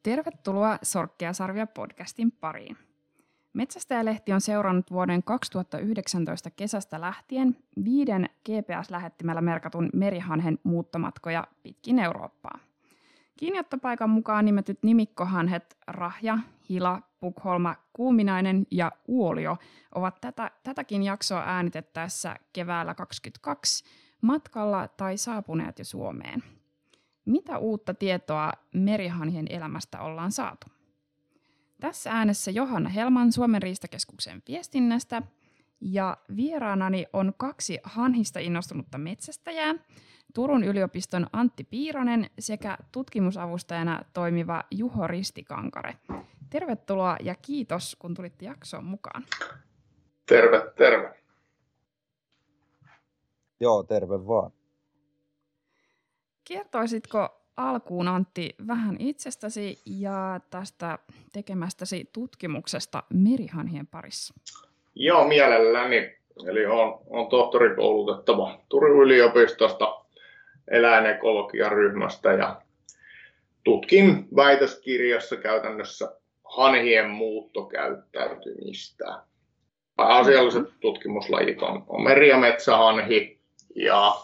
Tervetuloa Sorkkia-sarvia podcastin pariin. Metsästäjälehti on seurannut vuoden 2019 kesästä lähtien 5 GPS-lähettimellä merkatun merihanhen muuttomatkoja pitkin Eurooppaa. Kiinniottopaikan mukaan nimetyt nimikkohanhet Rahja, Hila, Pukholma, Kuuminainen ja Uolio ovat tätäkin jaksoa äänitettäessä keväällä 2022 matkalla tai saapuneet jo Suomeen. Mitä uutta tietoa merihanhien elämästä ollaan saatu? Tässä äänessä Johanna Helman Suomen riistakeskuksen viestinnästä ja vieraanani on 2 hanhista innostunutta metsästäjää, Turun yliopiston Antti Piironen sekä tutkimusavustajana toimiva Juho Ristikankare. Tervetuloa ja kiitos, kun tulitte jaksoon mukaan. Terve, terve. Joo, terve vaan. Kertoisitko alkuun, Antti, vähän itsestäsi ja tästä tekemästäsi tutkimuksesta merihanhien parissa? Joo, mielelläni. Eli olen tohtorikoulutettava Turun yliopistosta eläinekologian ryhmästä ja tutkin väitöskirjassa käytännössä hanhien muuttokäyttäytymistä. Asialliset tutkimuslajit on meri- ja metsähanhi ja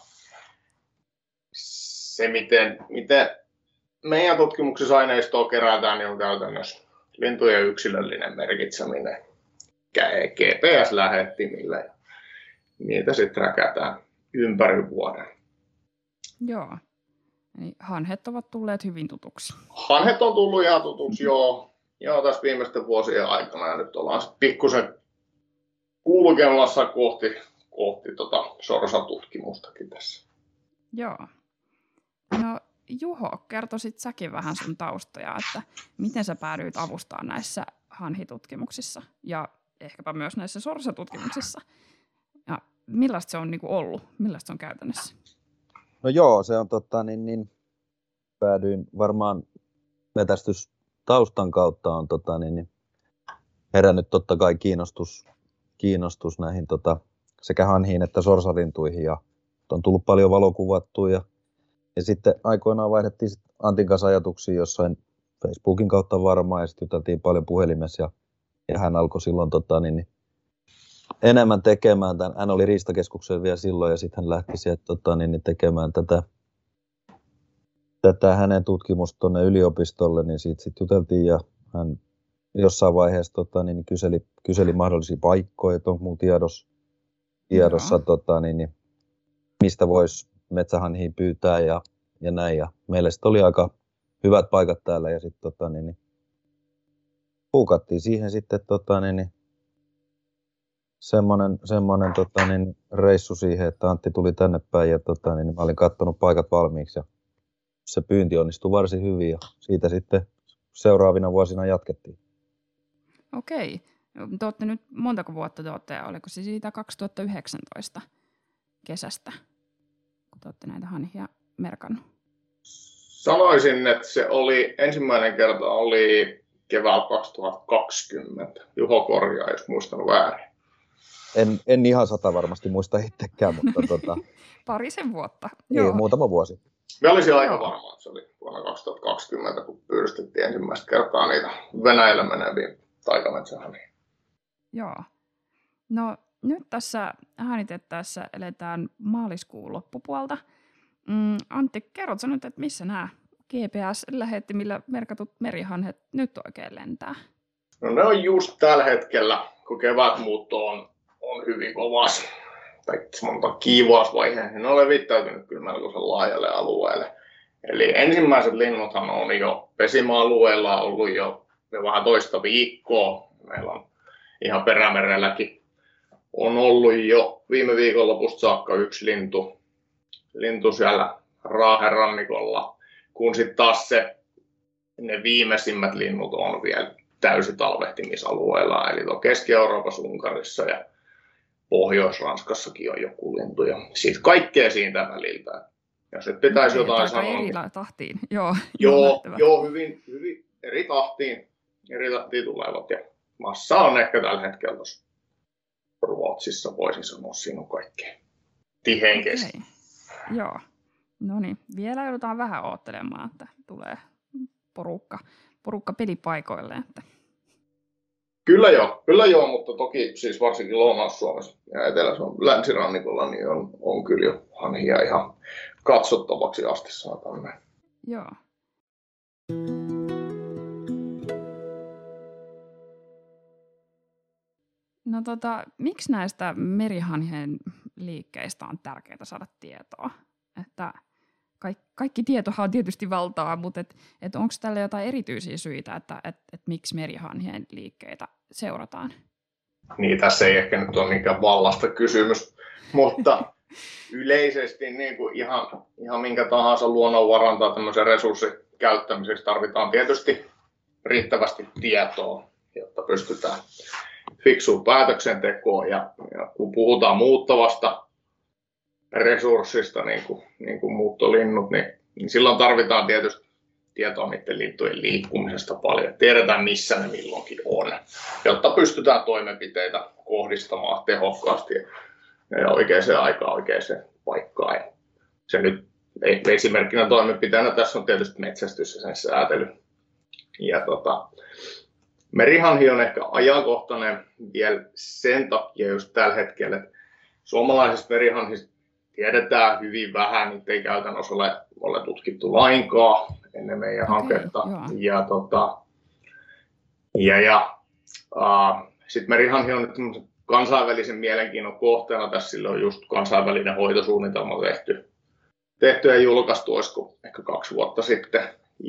se, miten meidän tutkimuksessa aineistoa kerätään, niin on käytännössä lintujen yksilöllinen merkitseminen GPS-lähettimillä ja niitä sitten räkätään ympäri vuoden. Joo, eli hanhet ovat tulleet hyvin tutuksi. Hanhet on tullut ihan tutuksi, joo tässä viimeisten vuosien aikana ja nyt ollaan pikkusen kulkemassa kohti sorsatutkimustakin tässä. Joo. No Juho, kertoisit säkin vähän sun taustoja, että miten sä päädyit avustamaan näissä hanhitutkimuksissa ja ehkäpä myös näissä sorsatutkimuksissa. Ja millaista se on ollut? Millaista se on käytännössä? No joo, se on päädyin varmaan metästystaustan kautta on herännyt totta kai kiinnostus näihin sekä hanhiin että sorsalintuihin ja on tullut paljon valokuvattua ja sitten aikoinaan vaihdettiin Antin kanssa ajatuksia jossain Facebookin kautta varmaan ja sitten juteltiin paljon puhelimessa ja hän alkoi silloin enemmän tekemään tämän. Hän oli riistakeskuksen vielä silloin ja sitten hän lähti sieltä tekemään tätä hänen tutkimusta tuonne yliopistolle, niin siitä sitten juteltiin ja hän jossain vaiheessa kyseli mahdollisia paikkoja, että onko mun tiedossa mistä voisi metsähanhiin pyytää ja näin. Ja meille sitten oli aika hyvät paikat täällä ja sitten puukattiin siihen sitten semmoinen reissu siihen, että Antti tuli tänne päin ja mä olin katsonut paikat valmiiksi ja se pyynti onnistui varsin hyvin ja siitä sitten seuraavina vuosina jatkettiin. Okei. Te olette nyt montako vuotta oliko se siitä 2019 kesästä, kun te olette näitä hanhia merkannut? Sanoisin, että se oli ensimmäinen kerta oli keväällä 2020. Juho korjaa, jos muistan väärin. En ihan 100 varmasti muista itsekään, mutta Parisen vuotta. Niin, Joo. muutama vuosi. Me olisin aika varma, että se oli vuonna 2020, kun pyydystettiin ensimmäistä kertaa niitä Venäjällä meneviä taikametsähanhia. Joo. No nyt tässä äänitettäessä eletään maaliskuun loppupuolta. Antti, kerrotko nyt, että missä nämä GPS-lähettimillä merkatut merihanhet nyt oikein lentää? No ne on just tällä hetkellä, kun kevätmuutto on hyvin kovas, tai monta kiivausvaiheen, niin ne on levittäytynyt kyllä melkoisen laajalle alueelle. Eli ensimmäiset linnuthan on jo pesimäalueella ollut jo vähän toista viikkoa. Meillä on ihan Perämerelläkin on ollut jo viime viikonlopusta saakka yksi lintu siellä Raahen rannikolla, kun sitten taas ne viimeisimmät linnut on vielä täysitalvehtimisalueella, eli Keski-Euroopassa, Unkarissa ja Pohjois-Ranskassakin on joku lintu. Ja siitä kaikkea siitä väliltä. Jos nyt pitäisi jotain sanoa. Eri tahtiin, Joo, hyvin eri tahtiin tulevat. Ja massa on ehkä tällä hetkellä tuossa Ruotsissa, voisin sanoa, siinä on kaikkea tihein kesken. Joo, no niin, vielä joudutaan vähän odottelemaan, että tulee porukka porukka pelipaikoille? Että... Kyllä joo, mutta toki siis varsinkin Lounais-Suomessa ja Etelä-Suomen länsirannikolla niin on kyllä jo hanhia ihan katsottavaksi asti saatamme. Joo. No miksi näistä merihanhien liikkeistä on tärkeää saada tietoa? Että kaikki tietohan on tietysti valtaa, mutta onko tällä jotain erityisiä syitä, että miksi merihanhien liikkeitä seurataan? Niin, tässä ei ehkä nyt ole niinkään vallasta kysymys, mutta yleisesti niin kuin ihan minkä tahansa luonnonvaran tai tämmöisen resurssin käyttämiseksi tarvitaan tietysti riittävästi tietoa, jotta pystytään fiksuun päätöksentekoon. Ja kun puhutaan muuttavasta resurssista, niin kuin muuttolinnut, niin silloin tarvitaan tietysti tietoa niiden lintujen liikkumisesta paljon. Tiedetään, missä ne milloinkin on, jotta pystytään toimenpiteitä kohdistamaan tehokkaasti ja oikeaan aikaan oikeaan paikkaan. Ja se nyt esimerkkinä toimenpiteenä tässä on tietysti metsästys ja sen säätely. Ja merihanhi on ehkä ajankohtainen vielä sen takia just tällä hetkellä, että suomalaisista merihanhista tiedetään hyvin vähän, niitä ei käytännössä ole tutkittu lainkaan ennen meidän hanketta. Sitten merihanhi on nyt kansainvälisen mielenkiinnon kohteena. Tässä sillä on just kansainvälinen hoitosuunnitelma tehty ja julkaistu, olisiko ehkä 2 vuotta sitten.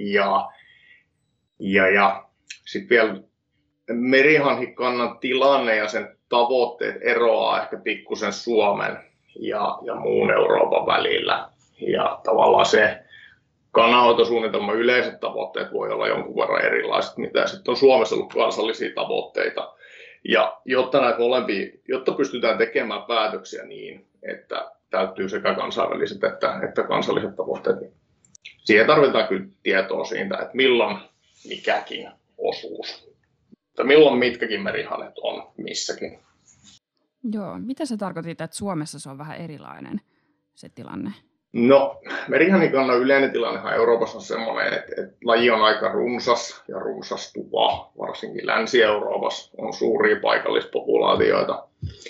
Ja sitten vielä merihanhikannan tilanne ja sen tavoitteet eroaa ehkä pikkusen Suomen ja muun Euroopan välillä. Ja tavallaan se kannanhoitosuunnitelman yleiset tavoitteet voi olla jonkun verran erilaiset, mitä sitten on Suomessa ollut kansallisia tavoitteita. Ja jotta näitä molempia, jotta pystytään tekemään päätöksiä niin, että täyttyy sekä kansainväliset että kansalliset tavoitteet, niin siihen tarvitaan kyllä tietoa siitä, että milloin mikäkin osuus, että milloin mitkäkin merihanhet on missäkin. Joo, mitä se tarkoittaa, että Suomessa se on vähän erilainen se tilanne? No, merihanhikannan yleinen tilannehan Euroopassa on semmoinen, että laji on aika runsas ja runsastuva, varsinkin Länsi-Euroopassa on suuria paikallispopulaatioita,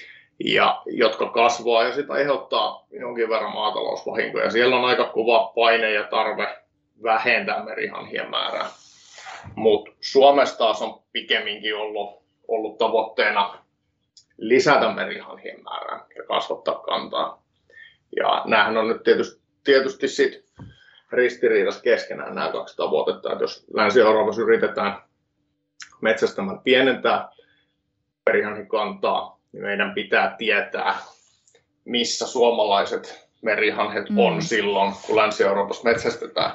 jotka kasvaa ja sitä aiheuttaa jonkin verran maatalousvahinkoja. Siellä on aika kova paine ja tarve vähentää merihanhien määrää, mutta Suomessa taas on pikemminkin ollut tavoitteena lisätä merihanhien määrää ja kasvattaa kantaa. Ja näähän on nyt tietysti sit ristiriidassa keskenään nämä 2 tavoitetta. Että jos Länsi-Euroopassa yritetään metsästämään pienentää merihanhikantaa, niin meidän pitää tietää, missä suomalaiset merihanhet on silloin, kun Länsi-Euroopassa metsästetään,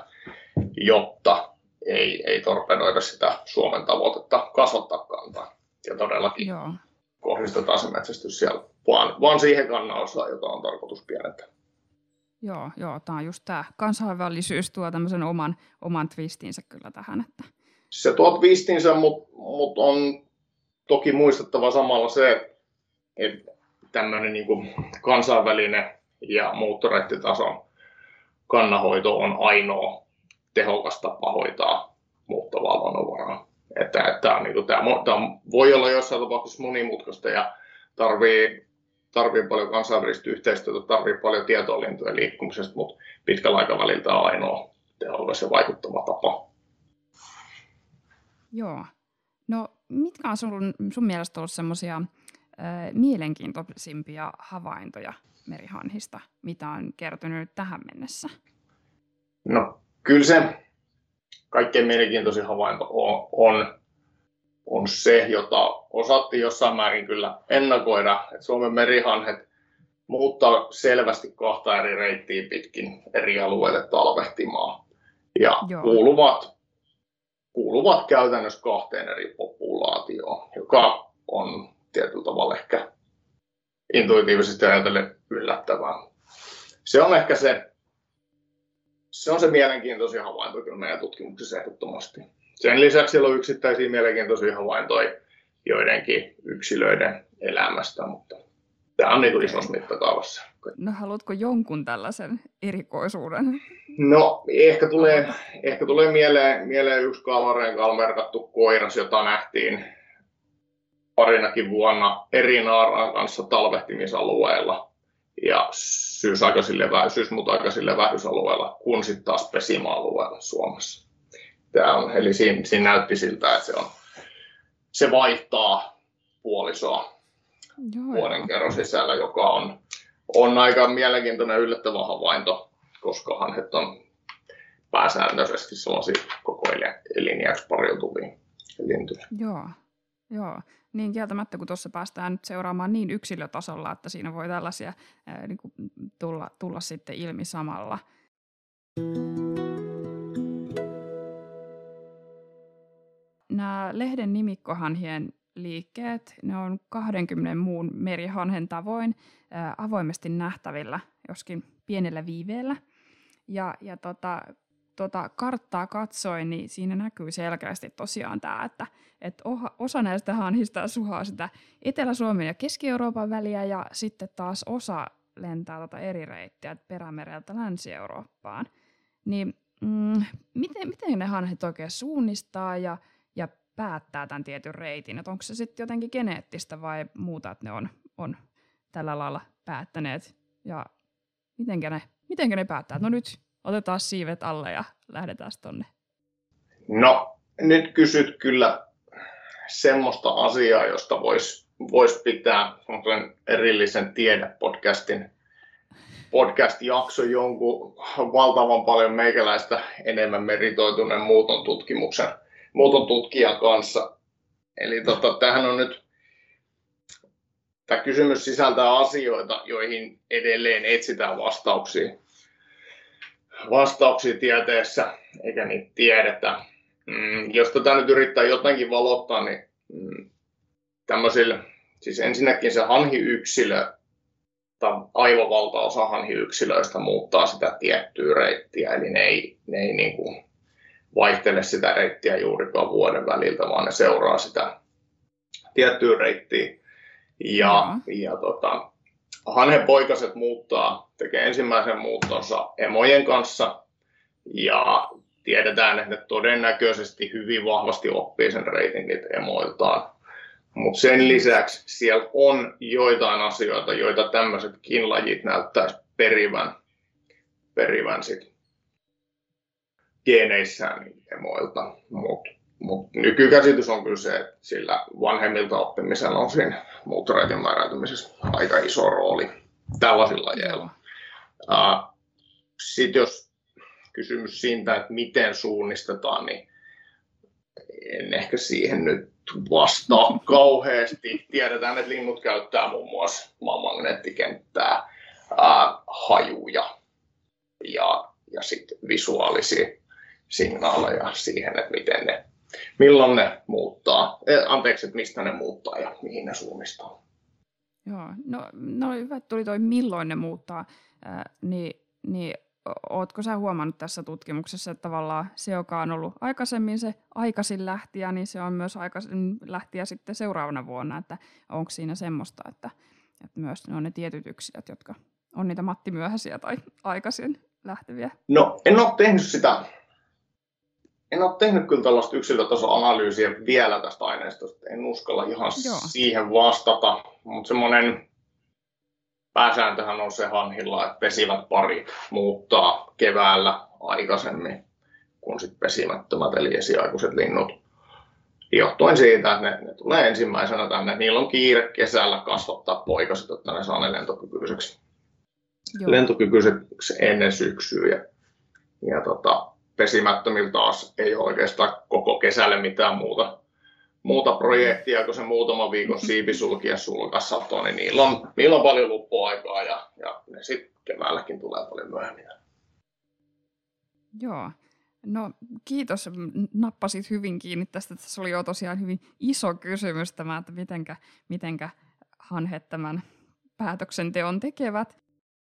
jotta ei torpedoida sitä Suomen tavoitetta kasvattaa kantaa. Ja todellakin kohdistetaan se metsästys siellä vaan siihen kannanosaan, jota on tarkoitus pienentää. Joo, tämä on just tämä kansainvälisyys tuo tämmöisen oman twistinsä kyllä tähän. Että... Se tuo twistinsä, mutta on toki muistettava samalla se, että tämmöinen niin kuin kansainvälinen ja muuttoreittitason kannanhoito on ainoa tehokas tapa hoitaa muuttavaa luonnonvaraa. Tämä voi olla jossain tapauksessa monimutkaista ja tarvii paljon kansainvälistä yhteistyötä, tarvii paljon tietoa lintujen liikkumisesta, mutta pitkällä aikavälillä tämä on ainoa tehokas ja vaikuttava tapa. Joo. No mitkä on sun mielestä ollut semmoisia mielenkiintoisimpia havaintoja merihanhista, mitä on kertynyt tähän mennessä? No kyllä se kaikkein mielenkiintoisin havainto on se, jota osattiin jossain määrin kyllä ennakoida, että Suomen merihanhet muuttaa selvästi 2 eri reittiä pitkin eri alueille talvehtimaan ja kuuluvat käytännössä 2 eri populaatioon, joka on tietyllä tavalla ehkä intuitiivisesti ajatellen yllättävää. Se on ehkä se mielenkiintoisin havainto kyllä meidän tutkimuksessa ehdottomasti. Sen lisäksi siellä on yksittäisiä mielenkiintoisia havaintoja joidenkin yksilöiden elämästä, mutta Tämä on niin isossa mittakaavassa. No haluatko jonkun tällaisen erikoisuuden? No ehkä tulee mieleen yksi kalmareenkaalla merkattu koiras, jota nähtiin parinakin vuonna eri naaraan kanssa talvehtimisalueella ja syysmuuta-aikaisilla levähdysalueilla, kun sitten taas pesimäalueella Suomessa. Eli siinä näytti siltä, että se vaihtaa puolisoa vuoden kerran sisällä, joka on aika mielenkiintoinen yllättävä havainto, koska hanhet on pääsääntöisesti sellaisia koko eliniäksi pariutuvia lintuja. Joo. Niin kieltämättä, kun tuossa päästään nyt seuraamaan niin yksilötasolla, että siinä voi tällaisia niin kuin tulla sitten ilmi samalla. Nämä lehden nimikkohanhien liikkeet, ne on 20 muun merihanhen tavoin avoimesti nähtävillä, joskin pienellä viiveellä. Ja karttaa katsoin, niin siinä näkyy selkeästi tosiaan tämä, että osa näistä hanhista suhaa sitä Etelä-Suomen ja Keski-Euroopan väliä, ja sitten taas osa lentää eri reittiä Perämereltä Länsi-Eurooppaan. Niin miten ne hanhet oikein suunnistaa ja päättää tämän tietyn reitin? Että onko se sitten jotenkin geneettistä vai muuta, että ne on tällä lailla päättäneet? Ja mitenkä ne päättää? No nyt otetaan siivet alle ja lähdetään tonne. No, nyt kysyt kyllä semmoista asiaa, josta vois pitää erillisen tiedepodcastin podcast-jakso jonkun valtavan paljon meikäläistä enemmän meritoituneen muuton tutkijan kanssa. Eli tämähän on nyt, tämä kysymys sisältää asioita, joihin edelleen etsitään vastauksia tieteessä, eikä niitä tiedetä. Jos tätä nyt yrittää jotenkin valottaa, niin tämmöisillä, siis ensinnäkin se hanhiyksilö, tai aivan valtaosa hanhiyksilöistä muuttaa sitä tiettyä reittiä, eli ne ei niin kuin vaihtele sitä reittiä juurikaan vuoden väliltä, vaan ne seuraa sitä tiettyä reittiä. Hanhenpoikaset tekee ensimmäisen muuttonsa emojen kanssa, ja tiedetään, että ne todennäköisesti hyvin vahvasti oppii sen reitin niitä emoiltaan. Mutta sen lisäksi siellä on joitain asioita, joita tämmöisetkin lajit näyttäisi perivän sit geeneissään emoilta. Mut nykykäsitys on kyllä se, että sillä vanhemmilta oppimisella on siinä muuttoreitin määräytymisessä aika iso rooli tällaisilla lajeilla. Sitten jos kysymys siitä, että miten suunnistetaan, niin en ehkä siihen nyt vastaa kauheasti. Tiedetään, että linnut käyttää muun muassa magneettikenttää, hajuja ja sitten visuaalisia signaaleja siihen, että milloin ne muuttaa, että mistä ne muuttaa ja mihin ne suunnistaa. Joo, no hyvä, tuli toi milloin ne muuttaa, niin ootko sä huomannut tässä tutkimuksessa, että tavallaan se, joka on ollut aikaisemmin se aikaisin lähtijä, niin se on myös aikaisin lähtijä sitten seuraavana vuonna, että onko siinä semmoista, että myös ne on ne tietyt yksilöt, jotka on niitä Matti Myöhäisiä tai aikaisin lähteviä? No, en ole tehnyt kyllä tällaista yksilötaso-analyysiä vielä tästä aineistosta, en uskalla ihan siihen vastata, mutta semmoinen pääsääntöhän on se hanhilla, että pesivät parit muuttaa keväällä aikaisemmin kuin sit pesimättömät eli esiaikuiset linnut. Johtuen siitä, että ne tulee ensimmäisenä tänne, niillä on kiire kesällä kasvattaa poikaset, että ne saa ne lentokykyiseksi ennen syksyä. Ja pesimättömillä taas ei ole oikeastaan koko kesälle mitään muuta projektia, kun se muutaman viikon siipisulki ja sulkassato, niin niillä on paljon luppuaikaa ja ne sitten keväälläkin tulee paljon myöhemmin. Joo. No kiitos, nappasit hyvin kiinni tästä. Tässä oli jo tosiaan hyvin iso kysymys tämä, että mitenkä hanhet tämän päätöksenteon tekevät.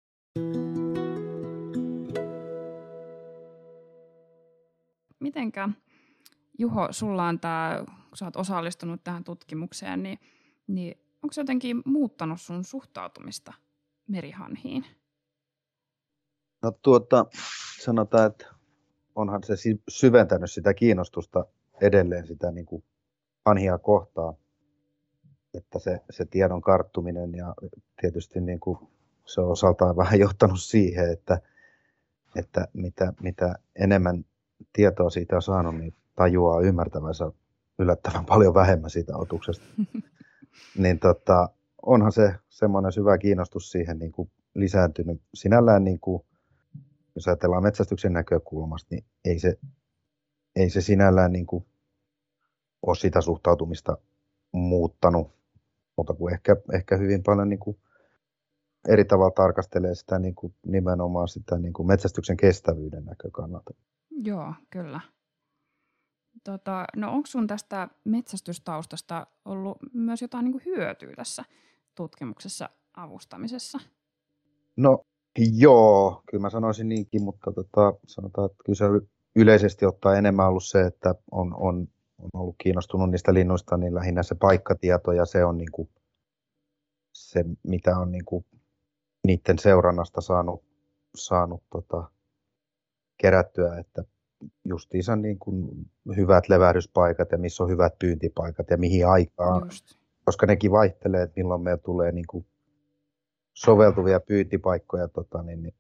Mitenkä, Juho, sulla on tämä, kun sä oot osallistunut tähän tutkimukseen, niin onko se jotenkin muuttanut sun suhtautumista merihanhiin? No sanotaan, että onhan se syventänyt sitä kiinnostusta edelleen sitä niin kuin hanhia kohtaan, että se tiedon karttuminen ja tietysti niin kuin se on osaltaan vähän johtanut siihen, että mitä enemmän tietoa siitä on saanut, niin tajuaa ymmärtävänsä yllättävän paljon vähemmän siitä otuksesta. Niin onhan se semmoinen syvä kiinnostus siihen niin kuin lisääntynyt. Sinällään, niin kuin, jos ajatellaan metsästyksen näkökulmasta, niin ei se sinällään niin kuin ole sitä suhtautumista muuttanut, mutta kun ehkä hyvin paljon niin kuin eri tavalla tarkastelee sitä niin kuin nimenomaan sitä niin kuin metsästyksen kestävyyden näkökannalta. Joo, kyllä. No onko sun tästä metsästystaustasta ollut myös jotain niin kuin hyötyä tässä tutkimuksessa avustamisessa? No joo, kyllä mä sanoisin niinkin, mutta sanotaan, että kyllä se yleisesti ottaen enemmän ollut se, että on ollut kiinnostunut niistä linnuista, niin lähinnä se paikkatieto ja se on niin kuin se, mitä on niin kuin niiden seurannasta saanut kerättyä, että justiinsa niin kuin hyvät levähdyspaikat ja missä on hyvät pyyntipaikat ja mihin aikaan, koska nekin vaihtelee, että milloin meillä tulee niin kuin soveltuvia pyyntipaikkoja niin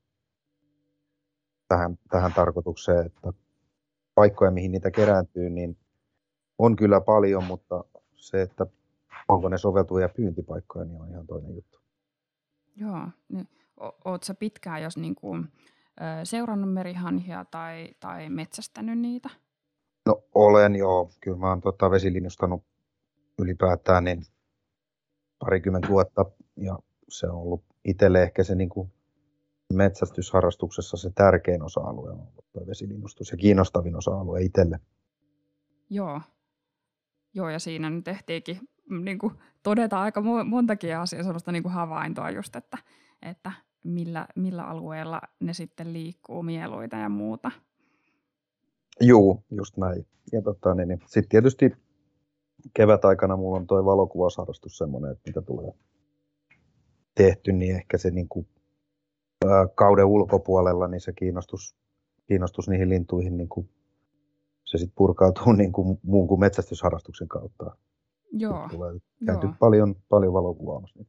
tähän tarkoitukseen, että paikkoja, mihin niitä kerääntyy, niin on kyllä paljon, mutta se, että onko ne soveltuvia pyyntipaikkoja, niin on ihan toinen juttu. Joo. Oletko sä pitkään jos niin kuin, seurannut merihanhia tai metsästänyt niitä? No olen joo. Kyllä mä oon vesilinnustanut ylipäätään niin 20 vuotta ja se on ollut itselle ehkä se niin kuin metsästysharrastuksessa se tärkein osa-alue on ollut vesilinnustus ja kiinnostavin osa-alue itselle. Joo, ja siinä nyt tehtiinkin niin kuin todeta aika montakin asiaa, sellaista niin kuin havaintoa just, että millä alueella ne sitten liikkuu mieluita ja muuta. Juu, just näin. Ja sitten tietysti kevätaikana mulla on toi valokuvausharrastus semmoinen, että mitä tulee tehty, niin ehkä se niin kuin, kauden ulkopuolella niin se kiinnostus niihin lintuihin, niin kuin, se sitten purkautuu niin kuin muun kuin metsästysharrastuksen kautta. Joo. Tulee käyty paljon valokuvaamassa.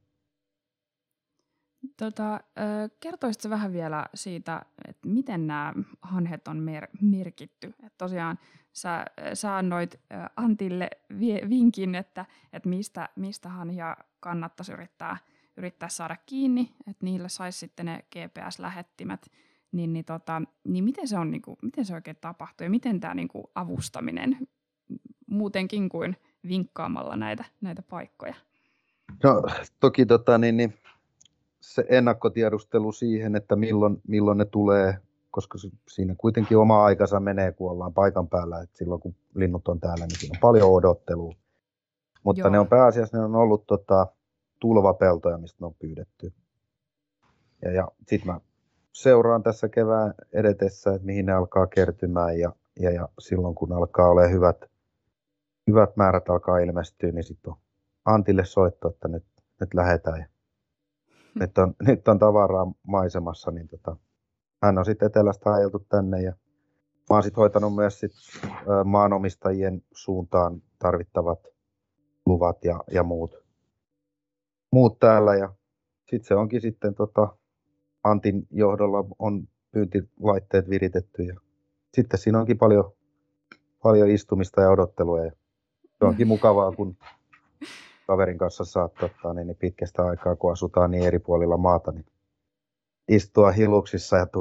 Kertoisitko vähän vielä siitä, että miten nämä hanhet on merkitty? Et tosiaan sä annoit Antille vinkin, että mistä hanhia kannattaisi yrittää saada kiinni, että niillä saisi sitten ne GPS-lähettimet. Niin miten se oikein tapahtuu ja miten tämä niinku avustaminen muutenkin kuin vinkkaamalla näitä paikkoja? No toki se ennakkotiedustelu siihen, että milloin ne tulee, koska siinä kuitenkin oma aikansa menee, kun ollaan paikan päällä, että silloin kun linnut on täällä, niin siinä on paljon odottelua. Mutta ne on pääasiassa ollut tulvapeltoja, mistä ne on pyydetty. Ja sitten mä seuraan tässä kevään edetessä, että mihin ne alkaa kertymään ja silloin kun alkaa olla hyvät määrät alkaa ilmestyä, niin sitten on Antille soitto, että nyt lähdetään. Ja nyt on tavaraa maisemassa, niin hän on sitten etelästä ajeltu tänne ja mä oon sitten hoitanut myös maanomistajien suuntaan tarvittavat luvat ja muut täällä ja sitten se onkin sitten Antin johdolla on pyyntilaitteet viritetty ja sitten siinä onkin paljon istumista ja odottelua ja se onkin mukavaa, kun kaverin kanssa saat niin pitkästä aikaa, kun asutaan niin eri puolilla maata, niin istua hiluksissa ja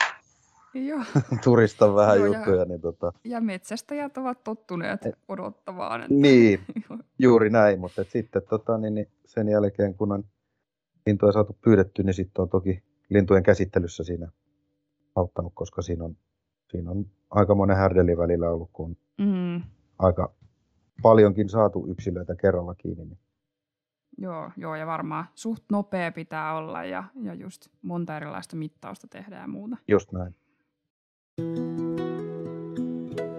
turista vähän juttuja. Ja metsästäjät ovat tottuneet odottamaan. Niin, juuri näin, mutta sitten niin sen jälkeen, kun on lintuja saatu pyydetty, niin sitten on toki lintujen käsittelyssä siinä auttanut, koska siinä on aika monen härdeli välillä ollut, kun on aika paljonkin saatu yksilöitä kerralla kiinni. Niin. Joo, ja varmaan suht nopea pitää olla ja just monta erilaista mittausta tehdään ja muuta. Just näin.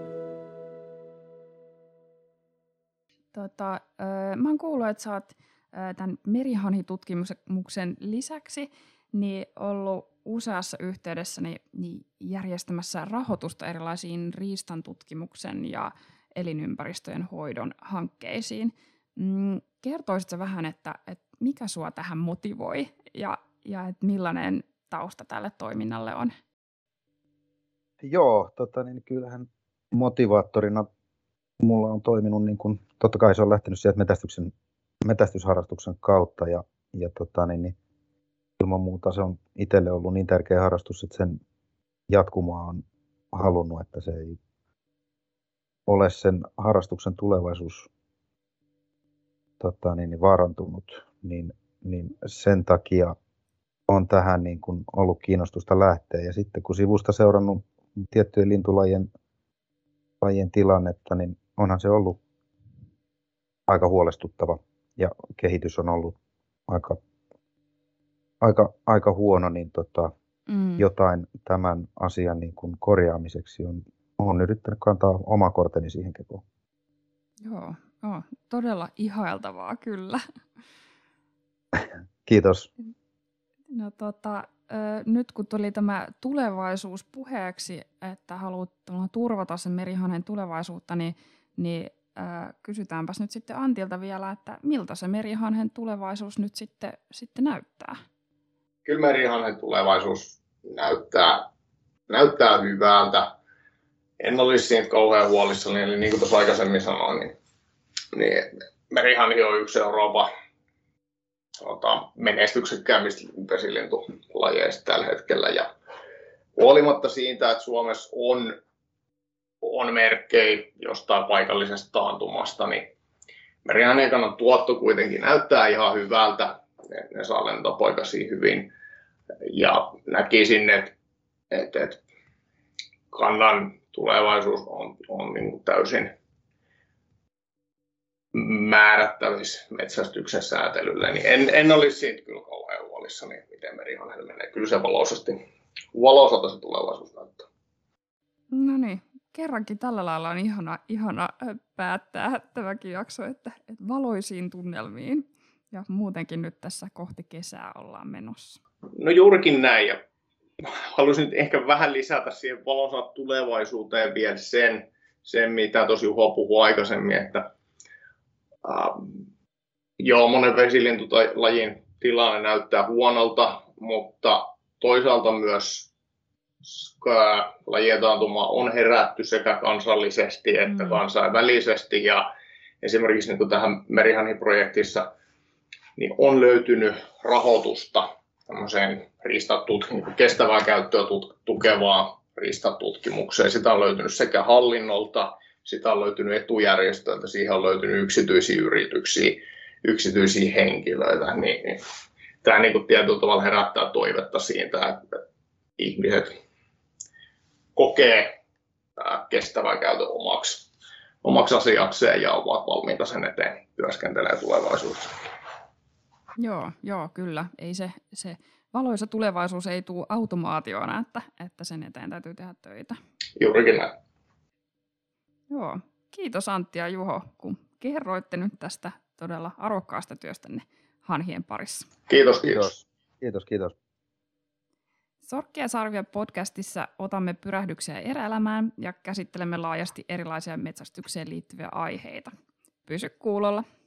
Mä oon kuullut, että sä oot tämän merihanhitutkimuksen lisäksi niin ollut useassa yhteydessä niin järjestämässä rahoitusta erilaisiin riistan tutkimuksen ja elinympäristöjen hoidon hankkeisiin. Kertoisitko vähän, että mikä sua tähän motivoi ja että millainen tausta tälle toiminnalle on? Joo, kyllähän motivaattorina mulla on toiminut, niin kun, totta kai se on lähtenyt sieltä metästysharrastuksen kautta ja ilman muuta se on itselle ollut niin tärkeä harrastus, että sen jatkumaa on halunnut, että se ei ole sen harrastuksen tulevaisuus vaarantunut, niin sen takia on tähän niin kuin ollut kiinnostusta lähteä. Ja sitten kun sivusta seurannut tiettyjen lintulajien tilannetta, niin onhan se ollut aika huolestuttava ja kehitys on ollut aika huono, niin jotain tämän asian niin kuin korjaamiseksi on yrittänyt kantaa oma korteni siihen kekoon. Joo, todella ihailtavaa kyllä. Kiitos. No nyt kun tuli tämä tulevaisuus puheeksi, että haluat turvata sen merihanhen tulevaisuutta, niin kysytäänpäs nyt sitten Antilta vielä, että miltä se merihanhen tulevaisuus nyt sitten näyttää? Kyllä merihanhen tulevaisuus näyttää hyvältä. En olisi siitä kauhean huolissani, eli niin kuin tuossa aikaisemmin sanoin, niin merihanhi on yksi Euroopan menestyksekkäimmistä vesilintulajeista tällä hetkellä. Ja huolimatta siitä, että Suomessa on merkkejä jostain paikallisesta taantumasta, niin merihanhien kannan tuotto kuitenkin näyttää ihan hyvältä. Ne saa lentopoikasia hyvin. Ja näkisin, että kannan tulevaisuus on niin kuin täysin määrättävissä metsästyksen säätelylle, niin en olisi siitä kyllä kauhean huolissani, miten merihanhelle menee. Kyllä se valoisalta se tulevaisuus näyttää. No niin, kerrankin tällä lailla on ihana päättää tämäkin jakso, että valoisiin tunnelmiin. Ja muutenkin nyt tässä kohti kesää ollaan menossa. No juurikin näin. Ja haluaisin nyt ehkä vähän lisätä siihen valoisan tulevaisuuteen vielä sen mitä tosi Juho puhui aikaisemmin, että monen vesilintulajin tilanne näyttää huonolta, mutta toisaalta myös lajien taantuma on herätty sekä kansallisesti että kansainvälisesti. Ja esimerkiksi niin kuin tähän merihanhiprojektissa niin on löytynyt rahoitusta tämmöiseen kestävää käyttöä tukevaan riistatutkimukseen. Sitä on löytynyt sekä hallinnolta, sitä on löytynyt etujärjestöiltä, siihen on löytynyt yksityisiä yrityksiä, yksityisiä henkilöitä. Niin tämä niin tietyllä tavalla herättää toivetta siitä, että ihmiset kokee kestävää käytön omaksi asiakseen ja ovat valmiita sen eteen työskentelemään tulevaisuudessa. Joo, kyllä. Ei se valoisa tulevaisuus ei tule automaationa, että sen eteen täytyy tehdä töitä. Juurikin näin. Joo, kiitos Antti ja Juho, kun kerroitte nyt tästä todella arvokkaasta työstänne hanhien parissa. Kiitos. Sorkkia sarvia podcastissa otamme pyrähdyksiä eräelämään ja käsittelemme laajasti erilaisia metsästykseen liittyviä aiheita. Pysy kuulolla.